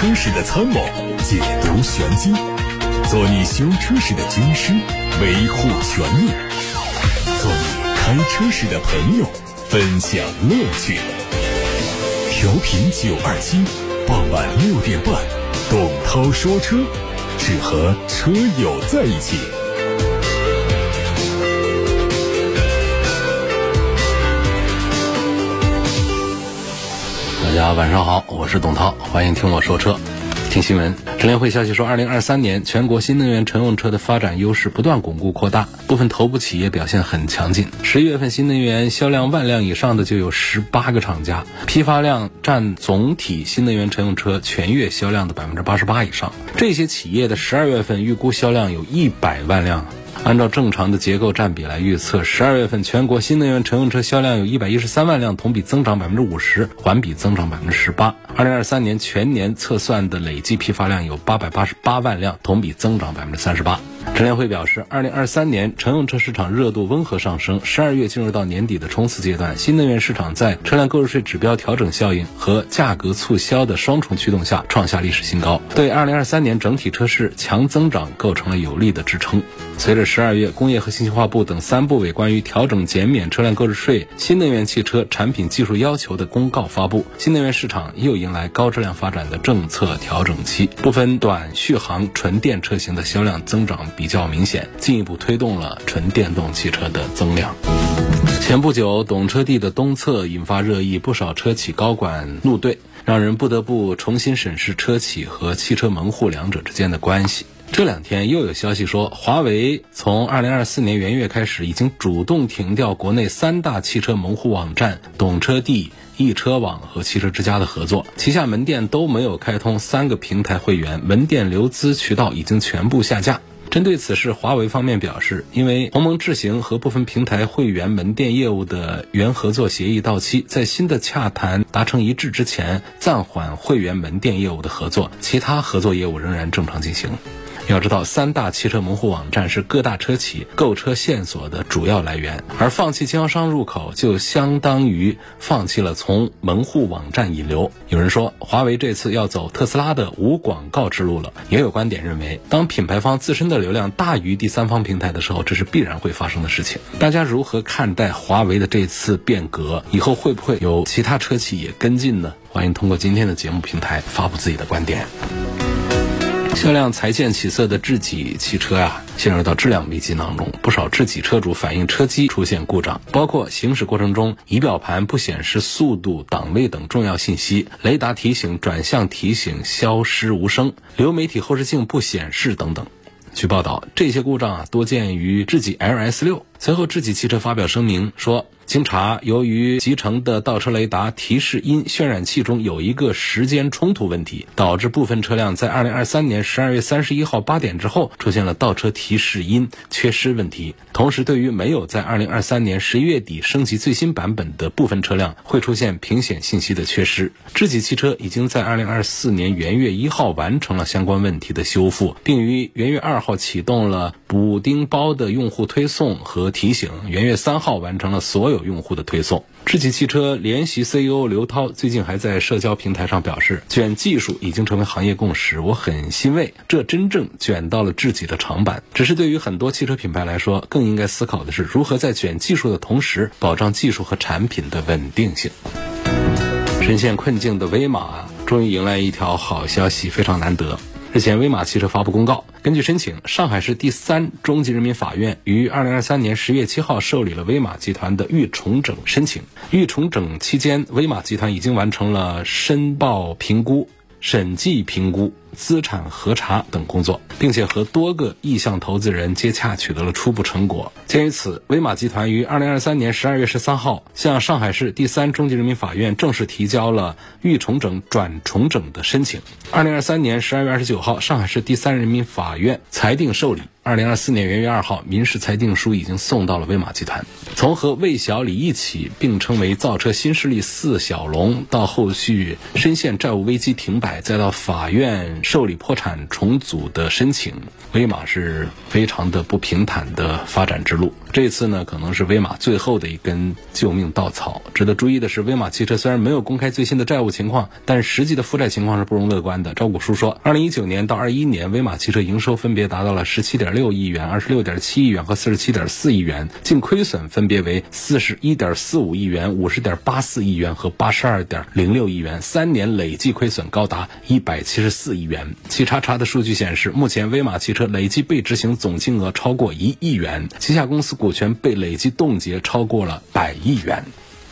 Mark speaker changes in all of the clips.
Speaker 1: 车时的参谋，解读玄机，做你修车时的军师，维护权益；做你开车时的朋友，分享乐趣。调频927，傍晚6点半，董涛说车，只和车友在一起。
Speaker 2: 大家晚上好，我是董涛，欢迎听我说车。听新闻，乘联会消息说，2023年全国新能源乘用车的发展优势不断巩固扩大，部分头部企业表现很强劲。11月份新能源销量万辆以上的就有18个厂家，批发量占总体新能源乘用车全月销量的88%以上。这些企业的12月份预估销量有100万辆。按照正常的结构占比来预测，12月份全国新能源乘用车销量有113万辆，同比增长50%，环比增长18%。2023年全年测算的累计批发量有888万辆，同比增长38%。乘联会表示，2023年乘用车市场热度温和上升，12月进入到年底的冲刺阶段，新能源市场在车辆购入税指标调整效应和价格促销的双重驱动下创下历史新高，对2023年整体车市强增长构成了有力的支撑。随着12月工业和信息化部等3部委关于调整减免车辆购入税新能源汽车产品技术要求的公告发布，新能源市场又迎来高质量发展的政策调整期，部分短续航纯电车型的销量增长比较明显，进一步推动了纯电动汽车的增量。前不久懂车帝的东侧引发热议，不少车企高管怒怼，让人不得不重新审视车企和汽车门户两者之间的关系。这两天又有消息说，华为从2024年元月开始已经主动停掉国内3大汽车门户网站懂车帝、易车网和汽车之家的合作，旗下门店都没有开通3个平台会员，门店流资渠道已经全部下架。针对此事，华为方面表示，因为鸿蒙智行和部分平台会员门店业务的原合作协议到期，在新的洽谈达成一致之前，暂缓会员门店业务的合作，其他合作业务仍然正常进行。要知道，3大汽车门户网站是各大车企购车线索的主要来源，而放弃经销商入口就相当于放弃了从门户网站引流。有人说，华为这次要走特斯拉的无广告之路了，也有观点认为，当品牌方自身的流量大于第三方平台的时候，这是必然会发生的事情。大家如何看待华为的这次变革？以后会不会有其他车企也跟进呢？欢迎通过今天的节目平台发布自己的观点。销量才见起色的智己汽车陷入到质量危机当中，不少智己车主反映车机出现故障，包括行驶过程中仪表盘不显示速度、档位等重要信息，雷达提醒、转向提醒消失无声，流媒体后视镜不显示等等。据报道，这些故障多见于智己 LS6。随后智己汽车发表声明说，经查，由于集成的倒车雷达提示音渲染器中有一个时间冲突问题，导致部分车辆在2023年12月31号8点之后出现了倒车提示音缺失问题。同时，对于没有在2023年11月底升级最新版本的部分车辆，会出现屏显信息的缺失。智己汽车已经在2024年元月1号完成了相关问题的修复，并于元月2号启动了补丁包的用户推送和提醒，元月3号完成了所有用户的推送。智己汽车联席 CEO 刘涛最近还在社交平台上表示，卷技术已经成为行业共识，我很欣慰，这真正卷到了智己的长板。只是对于很多汽车品牌来说，更应该思考的是如何在卷技术的同时保障技术和产品的稳定性。深陷困境的威马终于迎来一条好消息，非常难得。日前，威马汽车发布公告，根据申请，上海市第3中级人民法院于2023年10月7号受理了威马集团的预重整申请。预重整期间，威马集团已经完成了申报评估、审计评估、资产核查等工作，并且和多个意向投资人接洽，取得了初步成果。鉴于此，威马集团于2023年12月13号向上海市第3中级人民法院正式提交了预重整转重整的申请。2023年12月29号，上海市第3人民法院裁定受理。2024年元月2号，民事裁定书已经送到了威马集团。从和魏小李一起并称为造车新势力4小龙，到后续深陷债务危机停摆，再到法院受理破产重组的申请，威马是非常的不平坦的发展之路。 这次呢可能是威马最后的一根救命稻草。值得注意的是，威马汽车虽然没有公开最新的债务情况，但是实际的负债情况是不容乐观的。招股书说2019年到21年威马汽车营收分别达到了 17.6 亿元、26.7亿元和 47.4 亿元，净亏损分别为 41.45 亿元、50.84亿元和 82.06 亿元，3年累计亏损高达174亿元。七叉叉的数据显示，目前威马汽车累计被执行总金额超过1亿元，旗下公司股权被累计冻结超过了100亿元。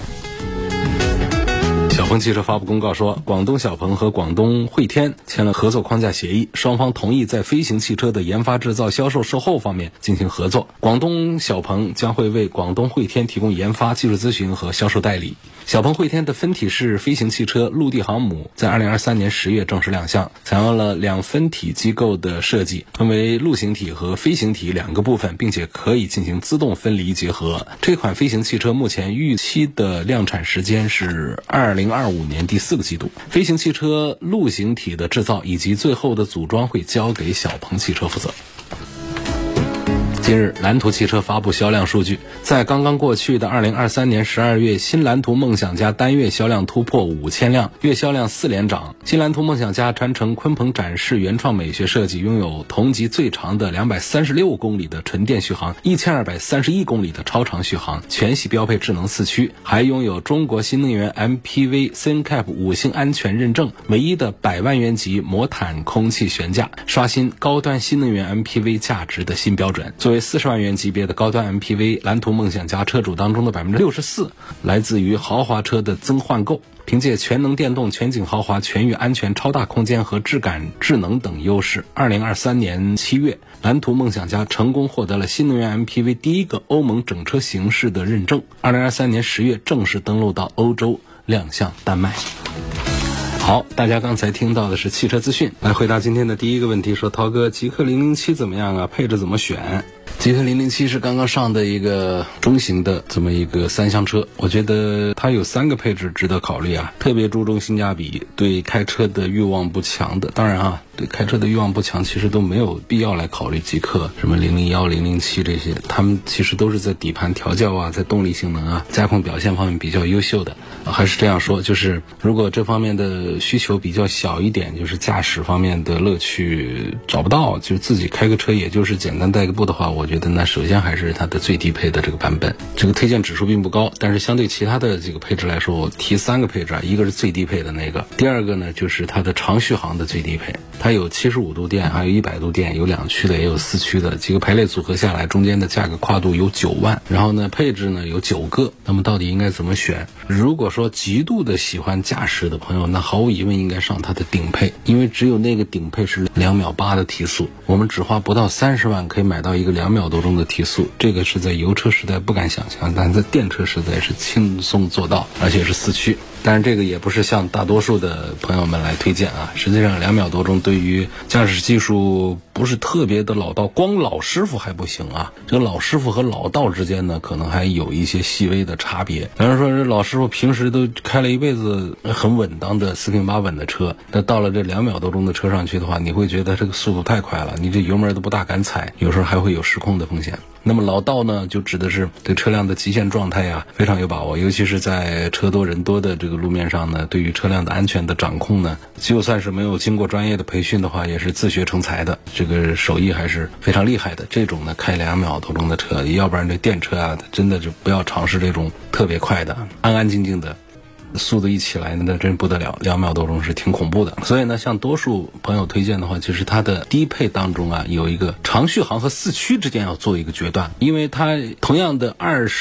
Speaker 2: 小鹏汽车发布公告说，广东小鹏和广东汇天签了合作框架协议，双方同意在飞行汽车的研发、制造、销售、售后方面进行合作。广东小鹏将会为广东汇天提供研发、技术咨询和销售代理。小鹏汇天的分体式飞行汽车陆地航母在2023年10月正式亮相，采用了2分体机构的设计，分为陆行体和飞行体2个部分，并且可以进行自动分离结合。这款飞行汽车目前预期的量产时间是2025年第4个季度。飞行汽车陆行体的制造以及最后的组装会交给小鹏汽车负责。近日，蓝图汽车发布销量数据，在刚刚过去的2023年12月，新蓝图梦想家单月销量突破5000辆，月销量4连涨。新蓝图梦想家传承鲲鹏展示原创美学设计，拥有同级最长的236公里的纯电续航，1231公里的超长续航，全系标配智能4驱，还拥有中国新能源 MPV CNCAP 5星安全认证，唯一的100万元级魔毯空气悬架，刷新高端新能源 MPV 价值的新标准。作为40万元级别的高端 MPV， 蓝图梦想家车主当中的 64% 来自于豪华车的增换购。凭借全能电动、全景豪华、全域安全、超大空间和质感智能等优势，2023年7月，蓝图梦想家成功获得了新能源 MPV 第一个欧盟整车形式的认证。2023年10月正式登陆到欧洲，亮相丹麦。好，大家刚才听到的是汽车资讯，来回答今天的第一个问题，说涛哥，极氪007怎么样啊？配置怎么选？极氪007是刚刚上的一个中型的这么一个3厢车，我觉得它有3个配置值得考虑啊，特别注重性价比，对开车的欲望不强的，当然啊，对开车的欲望不强，其实都没有必要来考虑极氪，什么001、007这些，他们其实都是在底盘调教啊，在动力性能啊、驾控表现方面比较优秀的。还是这样说，就是如果这方面的需求比较小一点，就是驾驶方面的乐趣找不到，就是自己开个车也就是简单带个步的话，我觉得那首先还是它的最低配的这个版本，这个推荐指数并不高，但是相对其他的这个配置来说，我提3个配置啊，一个是最低配的那个，第二个呢就是它的长续航的最低配，它有75度电，还有100度电，有2驱的也有4驱的，几个排列组合下来，中间的价格跨度有9万，然后呢配置呢有9个，那么到底应该怎么选？如果说极度的喜欢驾驶的朋友，那毫无疑问应该上它的顶配，因为只有那个顶配是2秒8的提速，我们只花不到30万可以买到一个2秒多钟的提速，这个是在油车时代不敢想象，但在电车时代是轻松做到，而且是4驱。但是这个也不是向大多数的朋友们来推荐啊，实际上2秒多钟对于驾驶技术不是特别的老道，光老师傅还不行啊，这个老师傅和老道之间呢可能还有一些细微的差别。比方说这老师傅平时都开了一辈子很稳当的4平8稳的车，那到了这2秒多钟的车上去的话，你会觉得这个速度太快了，你这油门都不大敢踩，有时候还会有失控的风险。那么老道呢，就指的是对车辆的极限状态呀非常有把握，尤其是在车多人多的这个路面上呢，对于车辆的安全的掌控呢，就算是没有经过专业的培训的话，也是自学成才的，这个手艺还是非常厉害的。这种呢开2秒多钟的车，要不然这电车啊，真的就不要尝试这种特别快的，安安静静的。速度一起来那真不得了，2秒多钟是挺恐怖的。所以呢，像多数朋友推荐的话，其实它的低配当中啊，有一个长续航和4驱之间要做一个决断，因为它同样的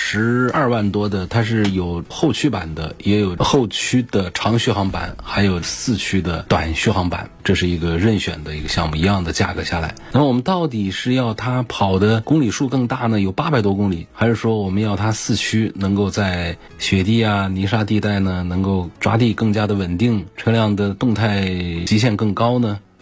Speaker 2: 22万多的，它是有后驱版的，也有后驱的长续航版，还有4驱的短续航版，这是一个任选的一个项目，一样的价格下来。那么我们到底是要它跑的公里数更大呢，有800多公里，还是说我们要它4驱能够在雪地啊、泥沙地带呢能够抓地更加的稳定，车辆的动态极限更高呢？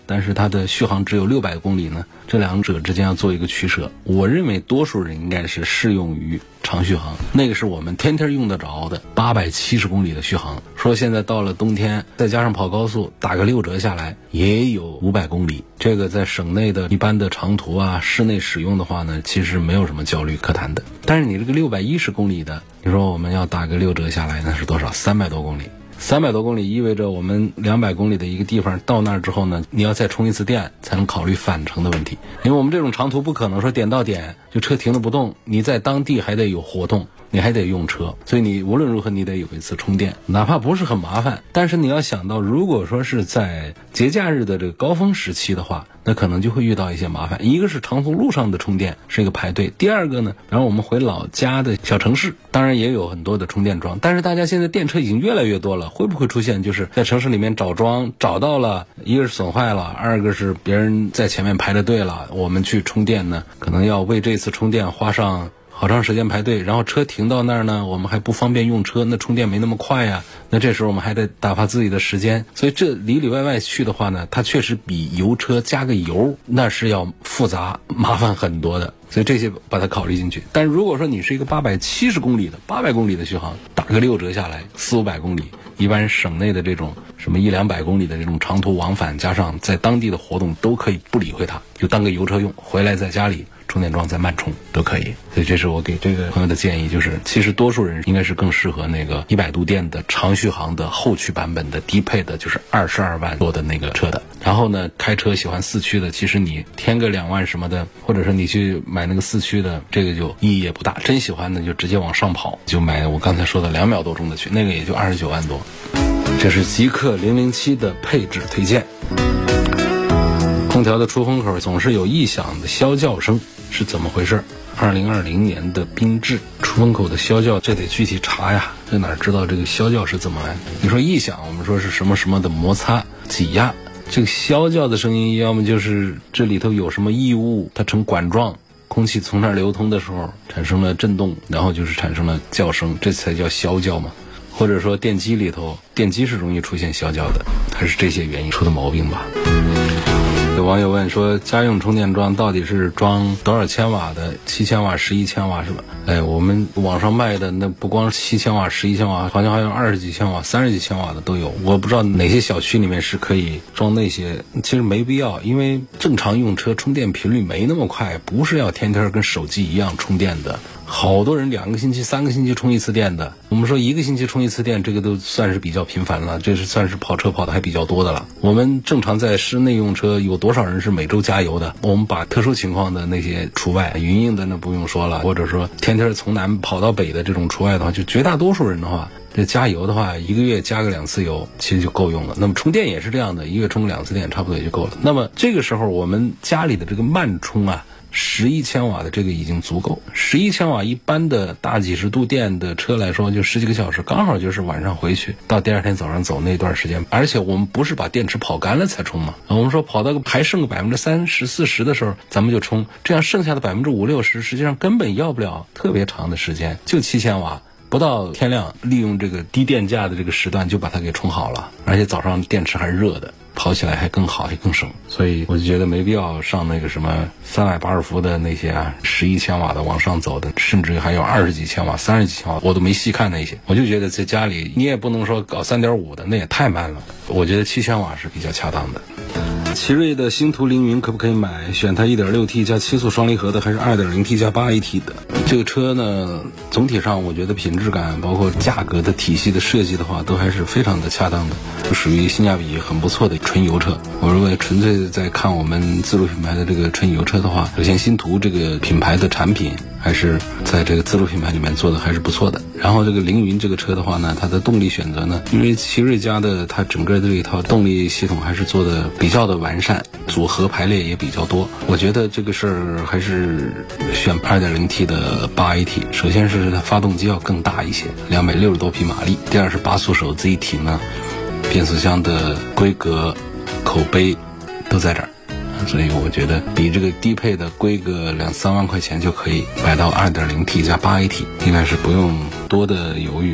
Speaker 2: 但是它的续航只有600公里呢？这两者之间要做一个取舍。我认为多数人应该是适用于长续航，那个是我们天天用得着的870公里的续航。说现在到了冬天，再加上跑高速，打个6折下来也有500公里。这个在省内的一般的长途啊，室内使用的话呢，其实没有什么焦虑可谈的。但是你这个610公里的，你说我们要打个6折下来，那是多少？300多公里。300多公里意味着我们200公里的一个地方到那儿之后呢，你要再充一次电才能考虑返程的问题。因为我们这种长途不可能说点到点就车停了不动，你在当地还得有活动，你还得用车，所以你无论如何你得有一次充电，哪怕不是很麻烦。但是你要想到，如果说是在节假日的这个高峰时期的话，那可能就会遇到一些麻烦。一个是长途路上的充电是一个排队，第二个呢，然后我们回老家的小城市，当然也有很多的充电桩，但是大家现在电车已经越来越多了，会不会出现就是在城市里面找桩找到了，一个是损坏了，二个是别人在前面排着队了，我们去充电呢，可能要为这次充电花上好长时间排队，然后车停到那儿呢，我们还不方便用车，那充电没那么快呀，那这时候我们还得打发自己的时间，所以这里里外外去的话呢，它确实比油车加个油那是要复杂麻烦很多的，所以这些把它考虑进去。但如果说你是一个870公里的800公里的续航，打个6折下来400-500公里，一般省内的这种什么100-200公里的这种长途往返，加上在当地的活动，都可以不理会它，就当个油车用，回来在家里充电桩再慢充都可以。所以这是我给这个朋友的建议，就是其实多数人应该是更适合那个100度电的长续航的后驱版本的低配的，就是22万多的那个车的。然后呢，开车喜欢4驱的，其实你添个2万什么的，或者是你去买那个4驱的，这个就意义也不大。真喜欢的就直接往上跑，就买我刚才说的2秒多钟的去，那个也就29万多。这是极氪007的配置推荐。空调的出风口总是有异响的啸叫声，是怎么回事？2020年的缤智出风口的啸叫，这得具体查呀，这哪知道这个啸叫是怎么来？你说异响，我们说是什么什么的摩擦挤压，这个啸叫的声音，要么就是这里头有什么异物，它呈管状，空气从那儿流通的时候产生了震动，然后就是产生了叫声，这才叫啸叫嘛。或者说电机里头，电机是容易出现啸叫的，还是这些原因出的毛病吧？有网友问说，家用充电桩到底是装多少千瓦的？7千瓦、11千瓦是吧？我们网上卖的那不光7千瓦、11千瓦，好像还有20几千瓦、30几千瓦的都有。我不知道哪些小区里面是可以装那些，其实没必要，因为正常用车充电频率没那么快，不是要天天跟手机一样充电的。好多人2个星期、3个星期充一次电的，我们说1个星期充一次电，这个都算是比较频繁了，这是算是跑车跑的还比较多的了。我们正常在室内用车，有多少人是每周加油的？我们把特殊情况的那些除外，云硬的那不用说了，或者说天天从南跑到北的这种除外的话，就绝大多数人的话，这加油的话，1个月加个2次油其实就够用了。那么充电也是这样的，1个月充2次电差不多也就够了。那么这个时候我们家里的这个慢充啊，11千瓦的这个已经足够。11千瓦一般的大几十度电的车来说，就10几个小时，刚好就是晚上回去到第二天早上走那段时间。而且我们不是把电池跑干了才充嘛，我们说跑到还剩个30%-40%的时候咱们就充，这样剩下的50%-60%实际上根本要不了特别长的时间，就7千瓦。不到天亮，利用这个低电价的这个时段就把它给充好了，而且早上电池还热的，跑起来还更好，还更省。所以我就觉得没必要上那个什么380伏的那些啊，11千瓦的往上走的，甚至还有20几千瓦、30几千瓦，我都没细看那些。我就觉得在家里你也不能说搞3.5的，那也太慢了。我觉得7千瓦是比较恰当的。奇瑞的星途凌云可不可以买？选它 1.6T 加7速双离合的，还是 2.0T 加8AT 的？这个车呢，总体上我觉得品质感包括价格的体系的设计的话，都还是非常的恰当的，属于性价比很不错的纯油车。我认为纯粹在看我们自主品牌的这个纯油车的话，首先星途这个品牌的产品还是在这个自主品牌里面做的还是不错的。然后这个凌云这个车的话呢，它的动力选择呢，因为奇瑞家的它整个的这一套动力系统还是做的比较的完善，组合排列也比较多。我觉得这个事儿还是选 2.0T 的8AT， 首先是它发动机要更大一些，260多匹马力。第二是8速手自一体呢，变速箱的规格口碑都在这儿，所以我觉得比这个低配的贵个2-3万块钱就可以买到 2.0T 加8AT， 应该是不用多的犹豫，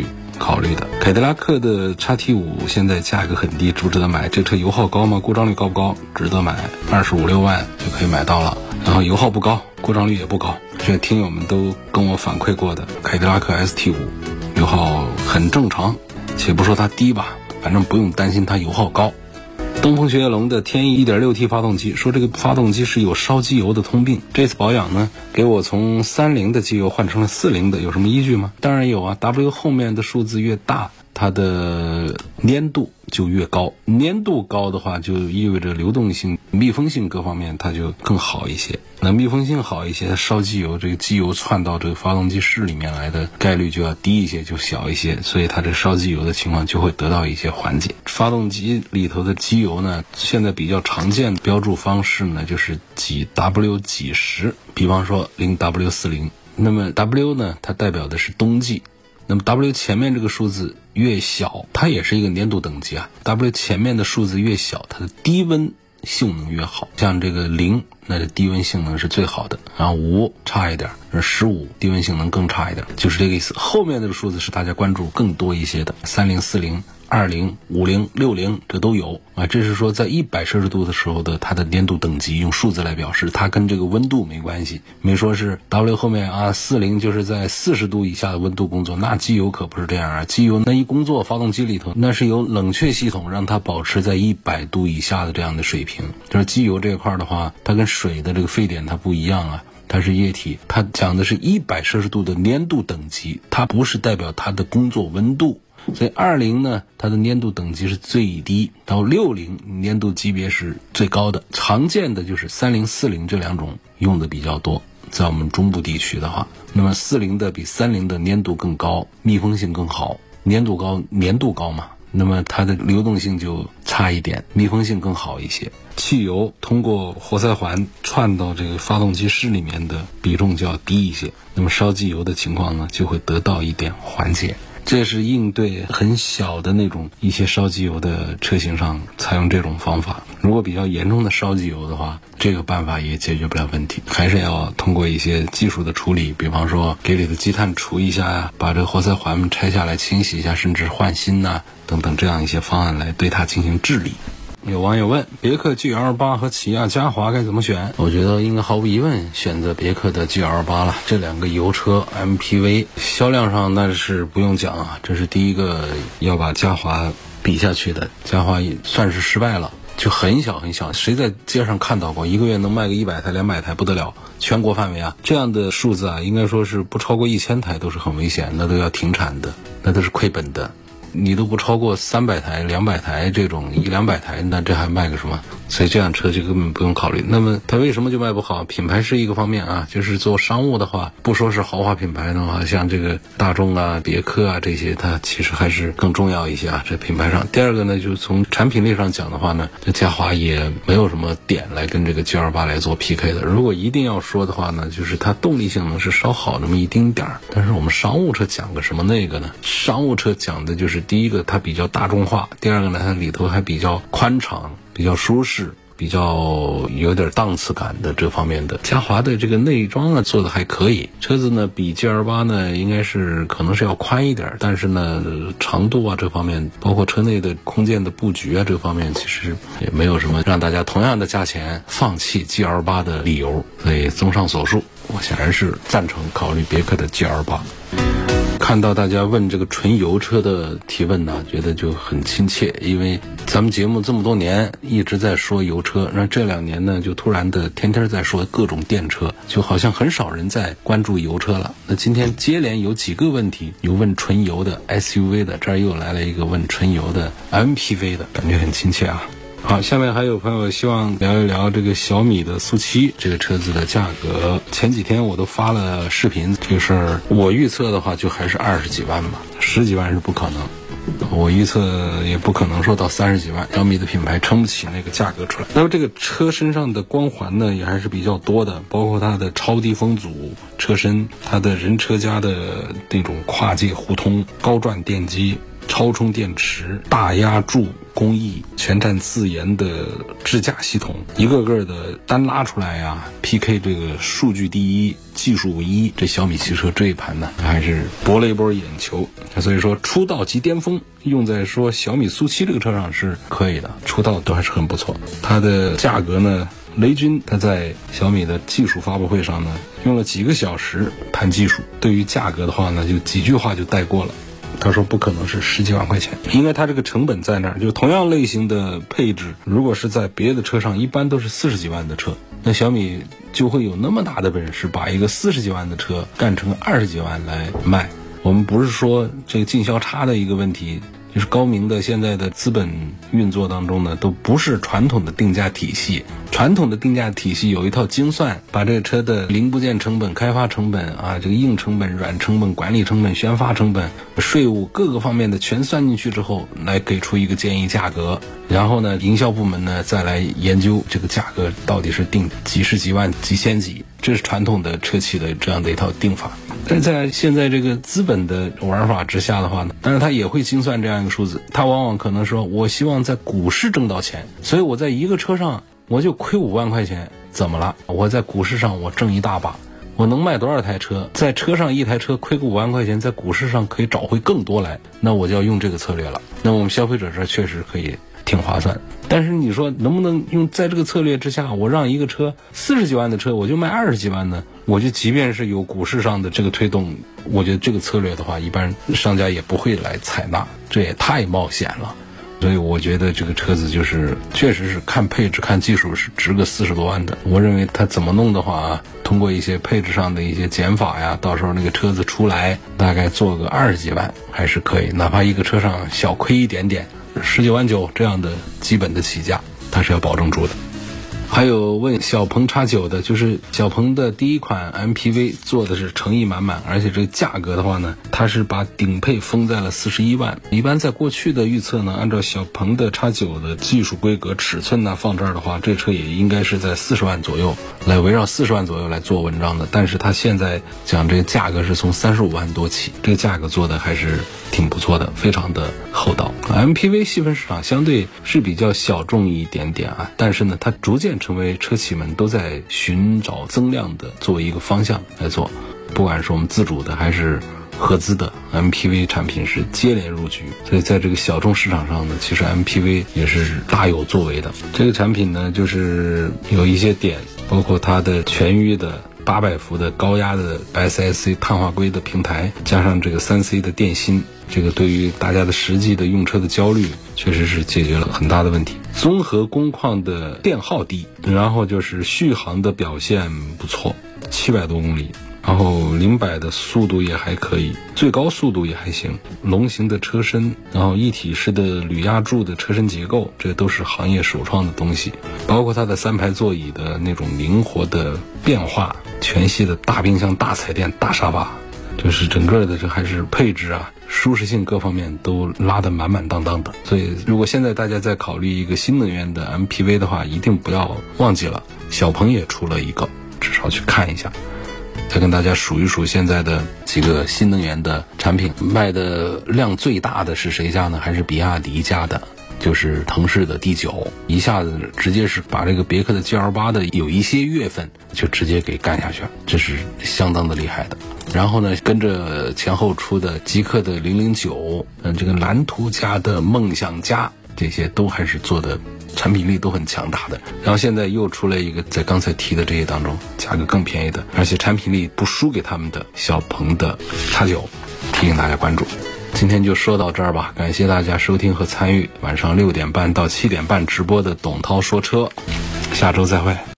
Speaker 2: 考虑的。凯迪拉克的 XT5 现在价格很低，值不值得买？这车油耗高吗？故障率高不高？值得买，25、6万就可以买到了。然后油耗不高，故障率也不高，这听友们都跟我反馈过的。凯迪拉克 ST5 油耗很正常，且不说它低吧，反正不用担心它油耗高。东风雪铁龙的天翼 1.6T 发动机，说这个发动机是有烧机油的通病，这次保养呢给我从30的机油换成了40的，有什么依据吗？当然有啊， W 后面的数字越大，它的粘度就越高，粘度高的话就意味着流动性、密封性各方面它就更好一些。那密封性好一些，它烧机油，这个机油窜到这个发动机室里面来的概率就要低一些，就小一些，所以它这烧机油的情况就会得到一些缓解。发动机里头的机油呢，现在比较常见的标注方式呢就是几 W 几十，比方说 0W40， 那么 W 呢它代表的是冬季，那么 W 前面这个数字越小，它也是一个粘度等级啊， W 前面的数字越小，它的低温性能越好，像这个0，那这低温性能是最好的，然后5差一点，15低温性能更差一点，就是这个意思。后面这个数字是大家关注更多一些的，30、40、20、50、60这都有啊。这是说在100摄氏度的时候的它的粘度等级，用数字来表示，它跟这个温度没关系。没说是 W 后面啊40就是在40度以下的温度工作，那机油可不是这样啊。机油那一工作，发动机里头那是有冷却系统让它保持在100度以下的这样的水平。就是机油这一块的话，它跟水的这个沸点它不一样啊，它是液体，它讲的是100摄氏度的粘度等级，它不是代表它的工作温度。所以20呢，它的粘度等级是最低，到60粘度级别是最高的。常见的就是30、40这两种用的比较多，在我们中部地区的话，那么40的比30的粘度更高，密封性更好，粘度高，粘度高嘛，那么它的流动性就差一点，密封性更好一些。汽油通过活塞环窜到这个发动机室里面的比重就要低一些，那么烧机油的情况呢就会得到一点缓解。这是应对很小的那种一些烧机油的车型上采用这种方法。如果比较严重的烧机油的话，这个办法也解决不了问题，还是要通过一些技术的处理，比方说给里的积碳除一下呀，把这个活塞环拆下来清洗一下，甚至换新呐等等这样一些方案来对它进行治理。有网友问别克 GL8 和起亚嘉华该怎么选？我觉得应该毫无疑问选择别克的 GL8 了。这两个油车 MPV 销量上那是不用讲啊，这是第一个要把嘉华比下去的。嘉华也算是失败了，就很小很小，谁在街上看到过一个月能卖个100台200台不得了，全国范围啊，这样的数字啊，应该说是不超过1000台都是很危险，那都要停产的，那都是亏本的。你都不超过300台200台这种100-200台，那这还卖个什么？所以这辆车就根本不用考虑。那么它为什么就卖不好？品牌是一个方面啊，就是做商务的话，不说是豪华品牌的话，像这个大众啊、别克啊这些，它其实还是更重要一些啊，这品牌上。第二个呢，就是从产品力上讲的话呢，这嘉华也没有什么点来跟这个 G28 来做 PK 的。如果一定要说的话呢，就是它动力性能是稍好那么一丁点儿。但是我们商务车讲个什么那个呢？商务车讲的就是第一个它比较大众化，第二个呢它里头还比较宽敞、比较舒适、比较有点档次感的这方面的。嘉华的这个内装啊做的还可以，车子呢比 GL8 呢应该是可能是要宽一点，但是呢长度啊这方面，包括车内的空间的布局啊这方面，其实也没有什么让大家同样的价钱放弃 GL8 的理由。所以综上所述，我显然是赞成考虑别克的 GL8。看到大家问这个纯油车的提问呢，觉得就很亲切，因为咱们节目这么多年一直在说油车，那这2年呢就突然的天天在说各种电车，就好像很少人在关注油车了。那今天接连有几个问题，有问纯油的 SUV 的，这儿又来了一个问纯油的 MPV 的，感觉很亲切啊。好，下面还有朋友希望聊一聊这个小米的速7这个车子的价格。前几天我都发了视频，这个事儿我预测的话就还是20几万吧，10几万是不可能。我预测也不可能说到30几万，小米的品牌撑不起那个价格出来。那么这个车身上的光环呢也还是比较多的，包括它的超低风阻车身，它的人车家的那种跨界互通、高转电机， 超充电池、大压铸工艺、全站自研的智驾系统，一个个的单拉出来呀 ，PK 这个数据第一、技术唯一，这小米汽车这一盘呢，还是博了一波眼球。所以说出道即巅峰，用在说小米苏7这个车上是可以的，出道都还是很不错。它的价格呢？雷军他在小米的技术发布会上呢，用了几个小时谈技术，对于价格的话呢，就几句话就带过了。他说不可能是10几万块钱，因为他这个成本在那儿，就同样类型的配置，如果是在别的车上，一般都是40几万的车，那小米就会有那么大的本事把一个40几万的车干成20几万来卖。我们不是说这个进销差的一个问题，就是高明的现在的资本运作当中呢，都不是传统的定价体系。传统的定价体系有一套精算，把这个车的零部件成本、开发成本啊，这个硬成本、软成本、管理成本、宣发成本、税务各个方面的全算进去之后，来给出一个建议价格。然后呢，营销部门呢再来研究这个价格到底是定几十几万、几千几，这是传统的车企的这样的一套定法。但是在现在这个资本的玩法之下的话呢，当然他也会精算这样一个数字，他往往可能说我希望在股市挣到钱，所以我在一个车上我就亏5万块钱，怎么了？我在股市上我挣一大把，我能卖多少台车？在车上一台车亏个5万块钱，在股市上可以找回更多来，那我就要用这个策略了。那我们消费者这确实可以挺划算。但是你说能不能用在这个策略之下，我让一个车40几万的车我就卖20几万呢？我就即便是有股市上的这个推动，我觉得这个策略的话，一般商家也不会来采纳，这也太冒险了。所以我觉得这个车子就是确实是看配置看技术是值个40多万的。我认为它怎么弄的话，通过一些配置上的一些减法呀，到时候那个车子出来大概做个20几万还是可以，哪怕一个车上小亏一点点，19万9这样的基本的起价它是要保证住的。还有问小鹏X9的，就是小鹏的第一款 MPV 做的是诚意满满，而且这个价格的话呢，它是把顶配封在了41万。一般在过去的预测呢，按照小鹏的X9的技术规格、尺寸呢放这儿的话，这车也应该是在40万左右，来围绕40万左右来做文章的。但是它现在讲这个价格是从35万多起，这个价格做的还是挺不错的，非常的厚道。MPV 细分市场相对是比较小众一点点啊，但是呢，它逐渐成为车企们都在寻找增量的作为一个方向来做，不管是我们自主的还是合资的 MPV 产品是接连入局，所以在这个小众市场上呢，其实 MPV 也是大有作为的。这个产品呢，就是有一些点，包括它的全域的800伏的高压的 SSC 碳化硅的平台，加上这个3C 的电芯，这个对于大家的实际的用车的焦虑确实是解决了很大的问题。综合工况的电耗低，然后就是续航的表现不错，700多公里，然后0-100的速度也还可以，最高速度也还行。龙形的车身，然后一体式的铝压铸的车身结构，这都是行业首创的东西。包括它的3排座椅的那种灵活的变化，全系的大冰箱、大彩电、大沙发，就是整个的这还是配置啊、舒适性各方面都拉得满满当当的。所以如果现在大家在考虑一个新能源的 MPV 的话，一定不要忘记了小鹏也出了一个，至少去看一下。再跟大家数一数现在的几个新能源的产品，卖的量最大的是谁家呢？还是比亚迪家的，就是腾势的D9，一下子直接是把这个别克的 GL8 的有一些月份就直接给干下去了，这是相当的厉害的。然后呢，跟着前后出的极氪的009，这个蓝图家的梦想家，这些都还是做的产品力都很强大的。然后现在又出了一个在刚才提的这些当中价格更便宜的，而且产品力不输给他们的小鹏的X9，提醒大家关注。今天就说到这儿吧，感谢大家收听和参与晚上6点半到7点半直播的董涛说车，下周再会。